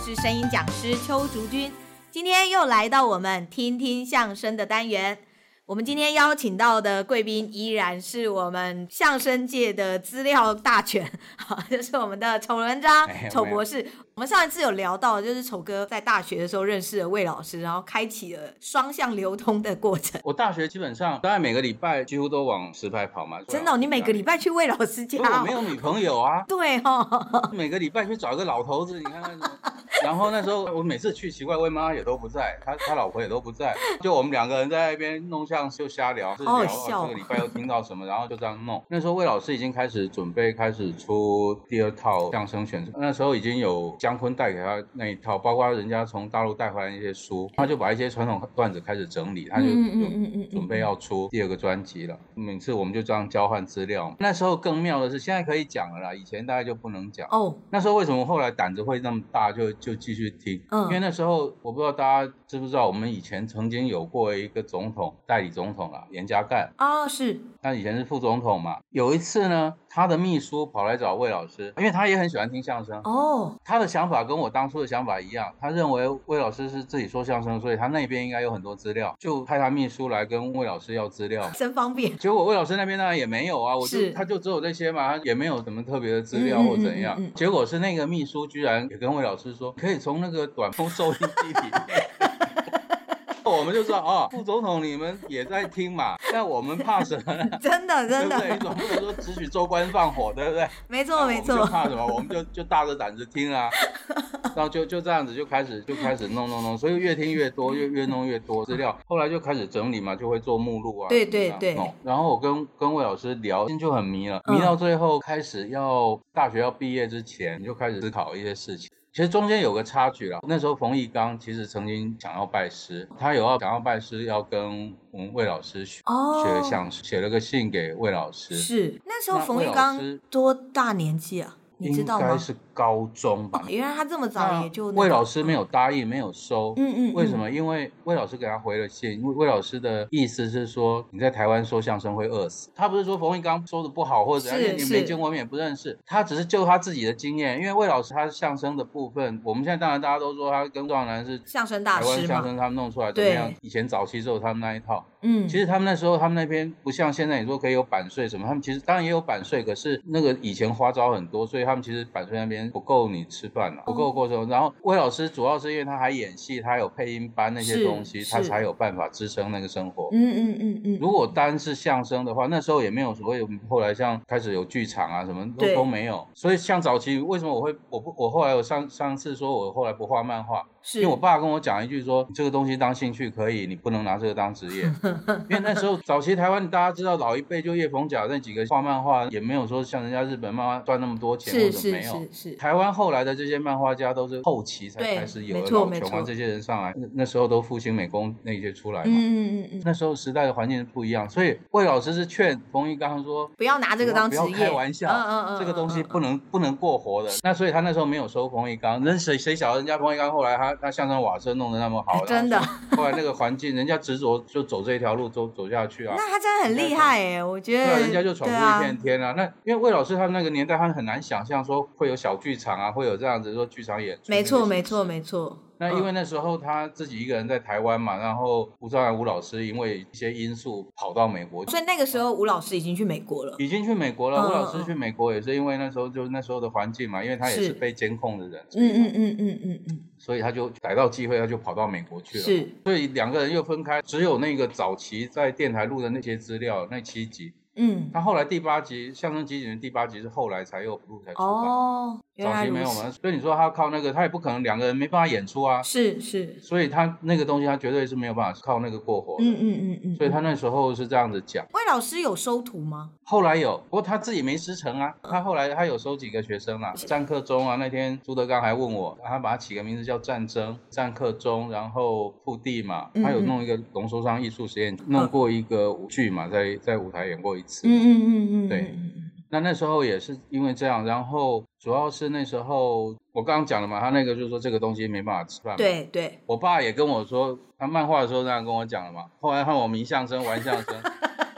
是声音讲师邱竹君，今天又来到我们听听相声的单元。我们今天邀请到的贵宾依然是我们相声界的资料大全，就是我们的丑文章丑博士。我们上一次有聊到，就是丑哥在大学的时候认识了魏老师，然后开启了双向流通的过程。 我大学基本上大概每个礼拜几乎都往石牌跑嘛。 真的哦？你每个礼拜去魏老师家哦？ 我没有女朋友啊。 对哦， 每个礼拜去找一个老头子，你看看。然后那时候我每次去，奇怪，魏妈也都不在，他老婆也都不在，就我们两个人在那边弄相就瞎聊， 好好笑这个礼拜又听到什么，然后就这样弄。那时候魏老师已经开始准备开始出第二套相声选，那时候已经有姜昆带给他那一套，包括人家从大陆带回来那些书，他就把一些传统段子开始整理，他就准备要出第二个专辑了。每次我们就这样交换资料。那时候更妙的是，现在可以讲了啦，以前大概就不能讲哦。那时候为什么后来胆子会那么大，就继续听？因为那时候我不知道大家知不知道，我们以前曾经有过一个总统，代理总统啦，严家淦啊，是他以前是副总统嘛。有一次呢，他的秘书跑来找魏老师，因为他也很喜欢听相声哦。他的想法跟我当初的想法一样，他认为魏老师是自己说相声，所以他那边应该有很多资料，就派他秘书来跟魏老师要资料， 真方便。 结果魏老师那边当然也没有啊，他就只有这些嘛，他也没有什么特别的资料或怎样。结果是那个秘书居然也跟魏老师说，可以从那个短风收音机里面。我们就知道哦，副总统你们也在听嘛，但我们怕什么呢？ 真的，对不对？ 你总不能说只许州官放火，对不对？ 没错，没错。 我们就怕什么？我们就大着胆子听啊，然后就这样子就开始弄，所以越听越多，越弄越多资料。后来就开始整理嘛，就会做目录啊， 对。 然后我跟魏老师聊，就很迷了，迷到最后开始大学要毕业之前，就开始思考一些事情。其实中间有个插曲啦，那时候冯翊纲其实曾经想要拜师，他想要拜师，要跟我们魏老师学相声，写了个信给魏老师。 是那时候冯翊纲多大年纪啊？你知道吗？ 应该是高中吧。 原来他这么早也就魏老师没有答应，没有收。为什么？因为魏老师给他回了信，因为魏老师的意思是说，你在台湾说相声会饿死。他不是说冯翊纲说的不好或者怎样，你没见过面也不认识，他只是就他自己的经验。因为魏老师他相声的部分，我们现在当然大家都说他跟壮男是相声大师嘛， 台湾相声他们弄出来怎么样？以前早期只有他们那一套。其实他们那时候他们那边不像现在你说可以有版税什么，他们其实当然也有版税，可是那个以前花招很多，所以他们其实版税那边不够你吃饭了，不够过程。然后魏老师主要是因为他还演戏，他有配音班那些东西，他才有办法支撑那个生活。如果单是相声的话，那时候也没有所谓后来像开始有剧场啊什么都没有。所以像早期为什么我后来有上次说我后来不画漫画，因为我爸跟我讲一句说，这个东西当兴趣可以，你不能拿这个当职业。因为那时候早期台湾大家知道老一辈就叶逢甲那几个画漫画，也没有说像人家日本漫画赚那么多钱或者没有。台湾后来的这些漫画家都是后期才开始有了老琼啊这些人上来，那时候都复兴美工那些出来嘛。那时候时代的环境不一样，所以魏老师是劝冯翊纲说不要拿这个当职业，不要开玩笑，这个东西不能过活的。那所以他那时候没有收冯翊纲，谁晓得人家冯翊纲后来他相声瓦舍弄得那么好， 真的。 后来那个环境，人家执着就走这条路走下去啊。 那他真的很厉害耶，我觉得。 对啊，人家就闯出一片天啊。那因为魏老师他们那个年代，他很难想象说会有小剧场啊，会有这样子说剧场演出。 没错。 那因为那时候他自己一个人在台湾嘛，然后吴兆南吴老师因为一些因素跑到美国， 所以那个时候吴老师已经去美国了。 吴老师去美国也是因为那时候的环境嘛，因为他也是被监控的人。所以他就逮到机会，他就跑到美国去了。是，所以两个人又分开，只有那个早期在电台录的那些资料，那7集。他后来第8集相声集锦的第8集是后来才又录才出版。早期没有嘛，所以你说他靠那个，他也不可能两个人没办法演出啊。是，所以他那个东西他绝对是没有办法靠那个过活的。所以他那时候是这样子讲。 魏老师有收徒吗？ 后来有，不过他自己没师承啊。他后来他有收几个学生啦，战克忠啊，那天朱德刚还问我，他把他起个名字叫战争，战克忠，然后腹地嘛，他有弄一个龙舟商艺术实验，弄过一个舞剧嘛，在舞台演过一次。对。那时候也是因为这样，然后主要是那时候我刚刚讲了嘛，他那个就是说这个东西没办法吃饭嘛。对。我爸也跟我说，他漫画的时候这样跟我讲了嘛。后来看我迷相声玩相声，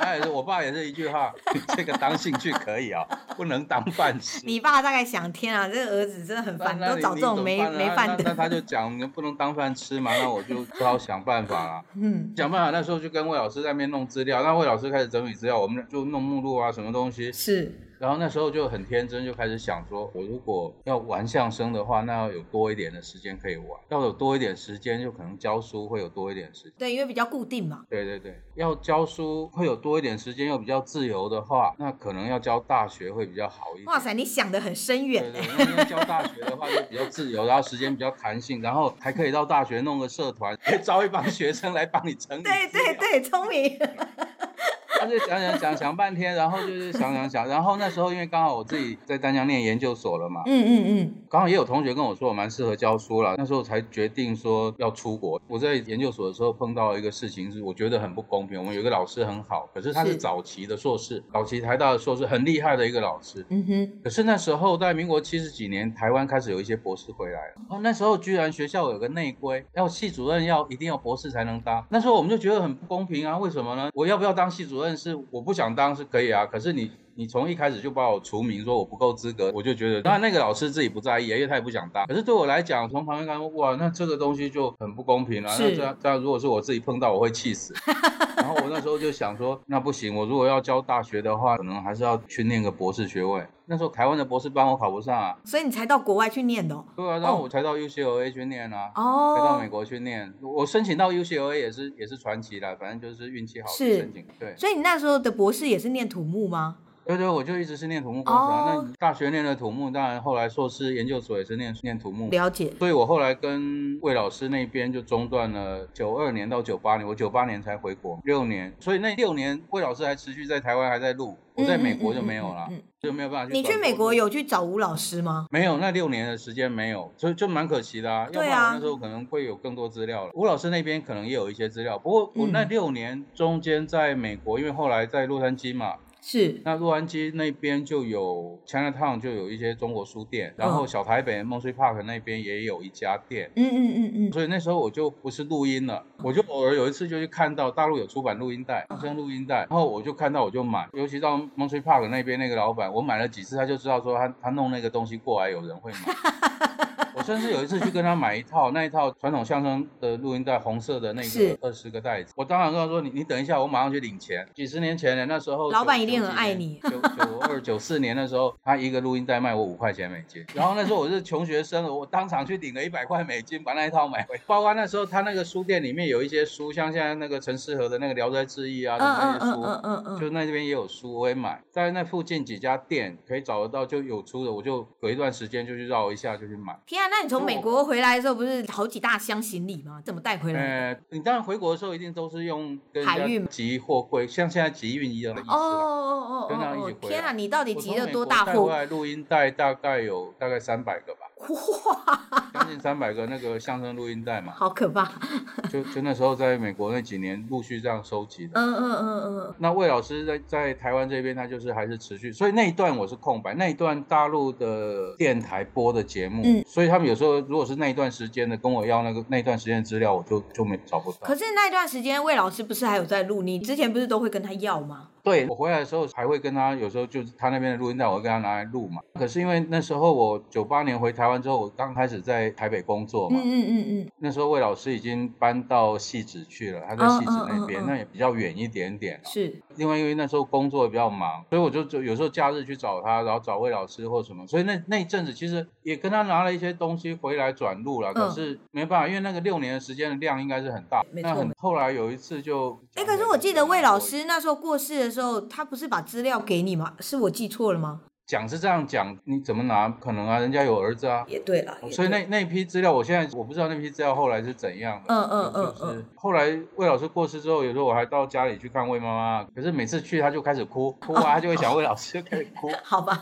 我爸也是一句话，这个当兴趣可以啊，不能当饭吃。 你爸大概想，天啊，这个儿子真的很烦，都找这种没饭的。 那他就讲你不能当饭吃嘛，那我就只好想办法啦。想办法，那时候就跟魏老师在那边弄资料，那魏老师开始整理资料，我们就弄目录啊，什么东西是。 然后那时候就很天真，就开始想说，我如果要玩相声的话，那要有多一点的时间可以玩，要有多一点时间，就可能教书会有多一点时间。 对，因为比较固定嘛。 对对对，要教书会有多一点时间，又比较自由的话，那可能要教大学会比较好一点。 哇塞，你想得很深远。 对对，因为教大学的话就比较自由，然后时间比较弹性，然后还可以到大学弄个社团，可以招一帮学生来帮你整理。 对对对，聪明。 他就想半天，然后就是想，然后那时候因为刚好我自己在淡江念研究所了嘛，刚好也有同学跟我说我蛮适合教书了，那时候才决定说要出国。我在研究所的时候碰到一个事情是我觉得很不公平，我们有个老师很好，可是他是早期的硕士，早期台大的硕士，很厉害的一个老师，可是那时候在民国70几年，台湾开始有一些博士回来了，那时候居然学校有个内规，要系主任一定要博士才能当，那时候我们就觉得很不公平啊，为什么呢？我要不要当系主任是我不想当是可以啊，可是你从一开始就把我除名，说我不够资格，我就觉得，当然那个老师自己不在意，因为他也不想当。可是对我来讲，从旁边看，哇，那这个东西就很不公平了。那这样如果是我自己碰到，我会气死。然后我那时候就想说，那不行，我如果要教大学的话，可能还是要去念个博士学位。那时候台湾的博士班我考不上啊， 所以你才到国外去念的。 对啊，然后我才到 UCLA 去念啊，才到美国去念。我申请到 UCLA 也是传奇啦，反正就是运气好申请。对， 所以你那时候的博士也是念土木吗？ 对对，我就一直是念土木工程啊。那你大学念的土木，当然后来硕士研究所也是念土木。 了解。 所以我后来跟魏老师那边就中断了92年到98年，我98年才回国，6年。所以那6年魏老师还持续在台湾还在录，我在美国就没有了，就没有办法去。 你去美国有去找吴老师吗？ 没有，那6年的时间没有，所以就蛮可惜的啊。 对啊， 要不然我那时候可能会有更多资料了。吴老师那边可能也有一些资料，不过我那6年中间在美国，因为后来在洛杉矶嘛。 是， 那洛杉矶那边就有 Chinatown 就有一些中国书店，然后小台北 Monterey Park 那边也有一家店，所以那时候我就不是录音了，我就偶尔有一次就去看到大陆有出版录音带，相声录音带，然后我就看到我就买，尤其到 Monterey Park 那边那个老板，我买了几次他就知道说他弄那个东西过来有人会买。我甚至有一次去跟他买那一套传统相声的录音带，红色的那个20个袋子。我当然跟他说，你等一下，我马上去领钱。几十年前的那时候， 老板一定很爱你。 92、94年的时候，他一个录音带卖我5块钱美金。然后那时候我是穷学生，我当场去领了100块美金，把那一套买回。包括那时候他那个书店里面有一些书，像现在那个陈适合的那个《聊斋志异》啊，那些书，就那边也有书，我也买。在那附近几家店可以找得到就有出的，我就隔一段时间就去绕一下就去买。 天啊，那你从美国回来的时候不是好几大箱行李吗？怎么带回来？ 你当然回国的时候一定都是用跟海运集货柜，像现在集运一样的意思。跟他一起回来。 天啊，你到底集了多大货？ 带回来录音带大概300个吧。哇，将近300个那个相声录音带嘛， 好可怕。 就那时候在美国那几年陆续这样收集的。那魏老师在台湾这边，他就是还是持续，所以那一段我是空白，那一段大陆的电台播的节目，所以他们有时候如果是那一段时间的跟我要那段时间的资料，我就没找不到。 可是那段时间魏老师不是还有在录？你之前不是都会跟他要吗？ 对，我回来的时候还会跟他，有时候就是他那边的录音带，我会跟他拿来录嘛。可是因为那时候我98年回台湾之后，我刚开始在台北工作嘛，那时候魏老师已经搬到汐止去了，他在汐止那边，那也比较远一点点。 是。 另外因为那时候工作也比较忙，所以我就有时候假日去找他，然后找魏老师或什么，所以那一阵子其实也跟他拿了一些东西回来转录了，可是没办法，因为那个6年的时间的量应该是很大。那后来有一次就， 可是我记得魏老师那时候过世的时候，他不是把资料给你吗？是我记错了吗？ 讲是这样讲，你怎么拿？可能啊，人家有儿子啊。 也对啦。 所以那批资料，我不知道那批资料后来是怎样的。就是后来魏老师过世之后，有时候我还到家里去看魏妈妈，可是每次去他就开始哭啊，他就会想魏老师就开始哭。 好吧。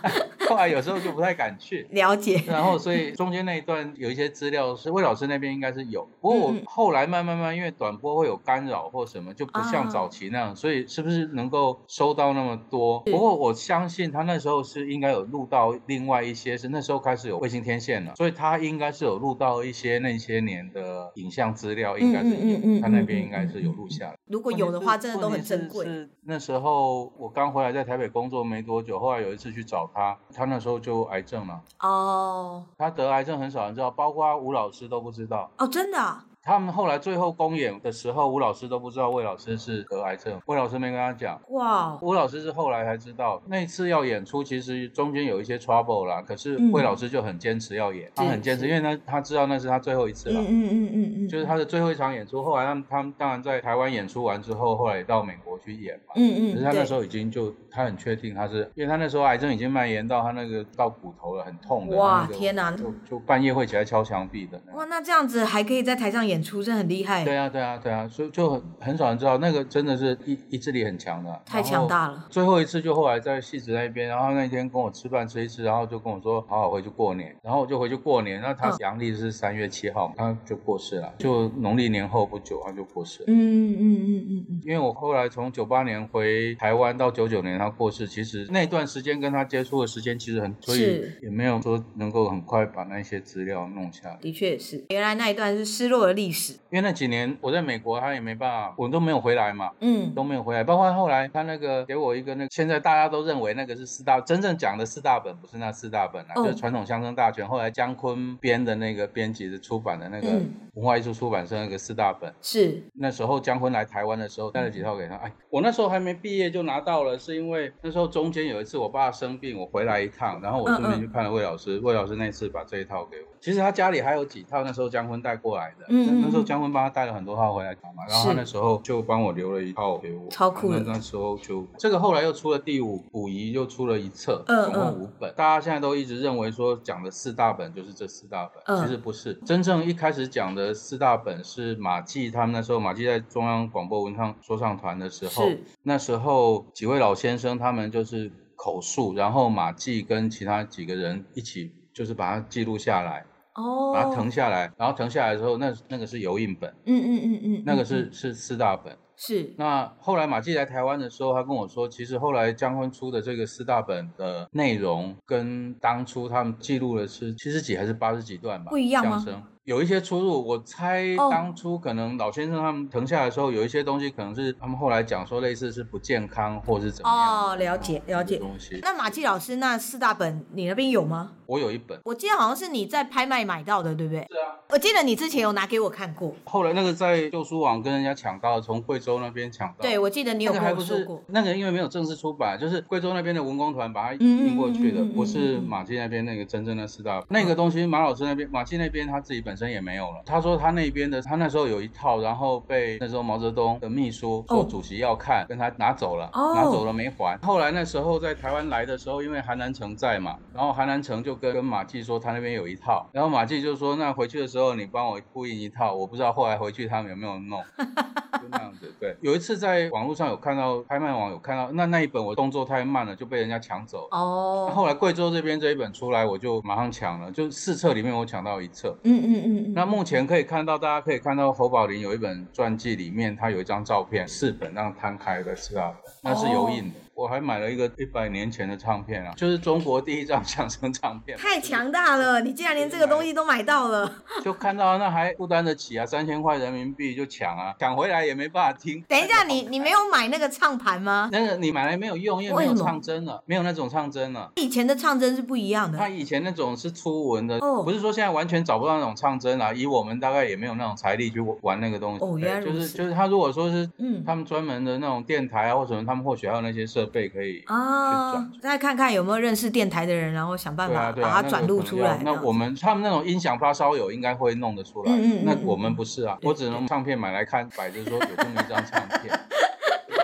后来有时候就不太敢去了解。 然后所以中间那一段有一些资料是魏老师那边应该是有，不过我后来慢慢因为短波会有干扰或什么，就不像早期那样，所以是不是能够收到那么多？不过我相信他那时候是应该有录到另外一些，是那时候开始有卫星天线了，所以他应该是有录到一些那些年的影像资料，应该是有，他那边应该是有录下来。 如果有的话，真的都很珍贵。 是那时候我刚回来在台北工作没多久，后来有一次去找他，他那时候就癌症了。他得癌症很少人知道，包括吴老师都不知道。 真的啊？ 他们后来最后公演的时候，吴老师都不知道魏老师是得癌症，魏老师没跟他讲。 哇！ 吴老师是后来才知道，那一次要演出，其实中间有一些 trouble 啦，可是魏老师就很坚持要演，他很坚持，因为他知道那是他最后一次了，就是他的最后一场演出。后来他们当然在台湾演出完之后，后来也到美国去演嘛，可是他那时候已经他很确定他是，因为他那时候癌症已经蔓延到他那个到骨头了，很痛的。 哇，天哪！ 就半夜会起来敲墙壁的。 哇，那这样子还可以在台上演出，真的很厉害。 对啊，所以就很少人知道，那个真的是意志力很强的， 太强大了。 最后一次就后来在戏子那边，然后那天跟我吃饭吃一吃，然后就跟我说好好回去过年，然后我就回去过年。那他阳历是3月7号，他就过世了，就农历年后不久他就过世了。因为我后来从98年回台湾到99年他过世，其实那段时间跟他接触的时间其实很，所以也没有说能够很快把那些资料弄下来。 的确是，原来那一段是失落的历史。 因为那几年我在美国，他也没办法，我都没有回来嘛，都没有回来。包括后来他那个给我一个现在大家都认为那个是真正讲的4大本，不是那4大本啊，就是传统乡声大全。后来姜昆编的那个编辑的出版的那个文化艺术出版社那个4大本， 是那时候姜昆来台湾的时候带了几套给他。我那时候还没毕业就拿到了，是因为那时候中间有一次我爸生病，我回来一趟，然后我顺便去看了魏老师，魏老师那次把这一套给我。其实他家里还有几套那时候姜昆带过来的，那时候姜昆帮他带了很多套回来嘛，然后他那时候就帮我留了一套给我， 超酷的。 那时候就这个后来又出了第5遗，又出了一册，总共5本。大家现在都一直认为说讲的4大本就是这4大本，其实不是。真正一开始讲的4大本是马季他们那时候，马季在中央广播文唱说唱团的时候，那时候几位老先生他们就是口述，然后马季跟其他几个人一起就是把它记录下来。把它誊下来，然后誊下来之后，那个是油印本，那个是4大本。 是。 那后来马季来台湾的时候，他跟我说，其实后来姜昆出的这个4大本的内容，跟当初他们记录的是70几还是80几段吧， 不一样吗？ 相声有一些出入，我猜当初可能老先生他们誊下来的时候，有一些东西可能是他们后来讲说类似是不健康或是怎么样。 了解东西。那马季老师那4大本你那边有吗？ 我有一本， 我记得好像是你在拍卖买到的，对不对？ 是啊， 我记得你之前有拿给我看过。 后来那个在旧书网跟人家抢到，从贵州那边抢到。 对，我记得你有跟我说过。 那个因为没有正式出版，就是贵州那边的文工团把它运过去的，不是马季那边那个真正的4大本。那个东西马老师那边，马季那边他自己本身也没有了。他说他那边的，他那时候有一套，然后被那时候毛泽东的秘书说主席要看，跟他拿走了，拿走了没还。后来那时候在台湾来的时候，因为韩南成在嘛，然后韩南成就跟马季说他那边有一套，然后马季就说那回去的时候你帮我复印一套，我不知道后来回去他们有没有弄。就那样子。对，有一次在网络上有看到，拍卖网有看到，那一本我动作太慢了，就被人家抢走。后来贵州这边这一本出来，我就马上抢了，就4册里面我抢到1册。那目前可以看到，大家可以看到侯宝林有一本传记，里面他有一张照片，4本那样摊开的4大本，那是油印的。我还买了一个100年前的唱片啊，就是中国第1张相声唱片。 太强大了，你竟然连这个东西都买到了。 就看到那还负担得起啊，3000块人民币就抢啊，抢回来也没办法听。 等一下，你没有买那个唱盘吗？ 那个你买来没有用，因为没有唱针了，没有那种唱针了。 以前的唱针是不一样的。 他以前那种是粗文的，不是说现在完全找不到那种唱针啊。以我们大概也没有那种财力去玩那个东西。 原来如此。 就是他如果说是他们专门的那种电台啊或什么，他们或许还有那些设备可以。 再看看有没有认识电台的人，然后想办法把它转录出来。 那我们他们那种音响发烧友应该会弄得出来。那我们不是啊，我只能唱片买来看，摆着说有这么一张唱片。看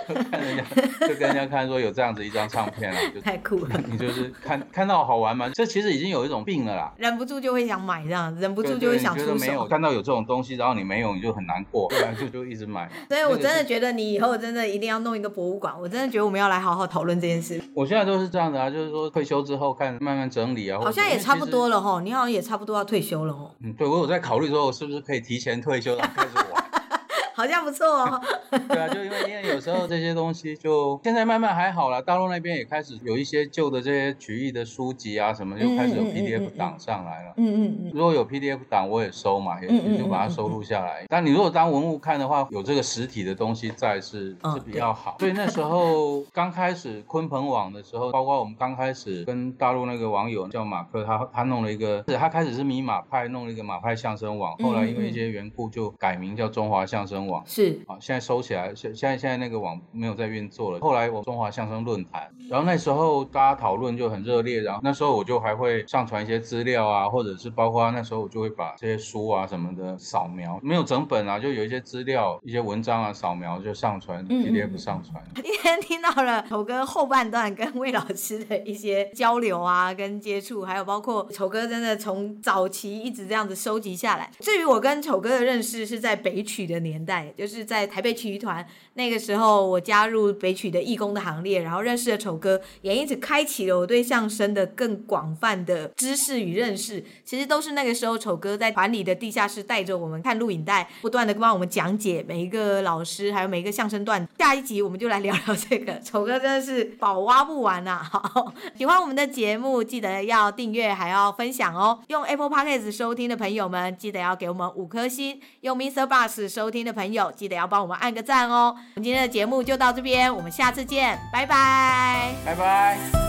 人家就跟人家看说有这样子一张唱片就太酷了。 你就是看到好玩嘛，这其实已经有一种病了啦， 忍不住就会想买，这样忍不住就会想出手。 你觉得没有看到有这种东西，然后你没有，你就很难过，对吧？就一直买。 所以我真的觉得你以后真的一定要弄一个博物馆，我真的觉得我们要来好好讨论这件事。 我现在都是这样的啊，就是说退休之后看慢慢整理啊， 好像也差不多了齁，你好像也差不多要退休了齁。 对，我有在考虑说我是不是可以提前退休然后开始玩。 好像不错哦。 对啊，就因为有时候这些东西就现在慢慢还好啦，大陆那边也开始有一些旧的这些曲艺的书籍啊什么，就开始有 PDF 档上来了。如果有 PDF 档我也收嘛，也就把它收录下来。但你如果当文物看的话，有这个实体的东西在是比较好。所以那时候刚开始鲲鹏网的时候，包括我们刚开始跟大陆那个网友叫马克，他弄了一个，他开始是迷马派，弄了一个马派相声网，后来因为一些缘故就改名叫中华相声网。 是啊，现在收起来，现在那个网没有在运作了。后来我中华相声论坛，然后那时候大家讨论就很热烈，然后那时候我就还会上传一些资料啊，或者是包括那时候我就会把这些书啊什么的扫描，没有整本啊，就有一些资料、一些文章啊扫描就上传 PDF 上传。 今天听到了丑哥后半段跟魏老师的一些交流啊，跟接触，还有包括丑哥真的从早期一直这样子收集下来。至于我跟丑哥的认识是在北曲的年代，就是在台北曲艺团那个时候，我加入北曲的义工的行列，然后认识了丑哥，也因此开启了我对相声的更广泛的知识与认识。其实都是那个时候丑哥在团里的地下室带着我们看录影带，不断的帮我们讲解每一个老师还有每一个相声段。下一集我们就来聊聊这个，丑哥真的是宝挖不完啊。好，喜欢我们的节目记得要订阅还要分享哦。用 Apple Podcast 收听的朋友们记得要给我们5颗星，用 Mr. Bus 收听的朋友记得要帮我们按个赞哦。我们今天的节目就到这边，我们下次见，拜拜， 拜拜。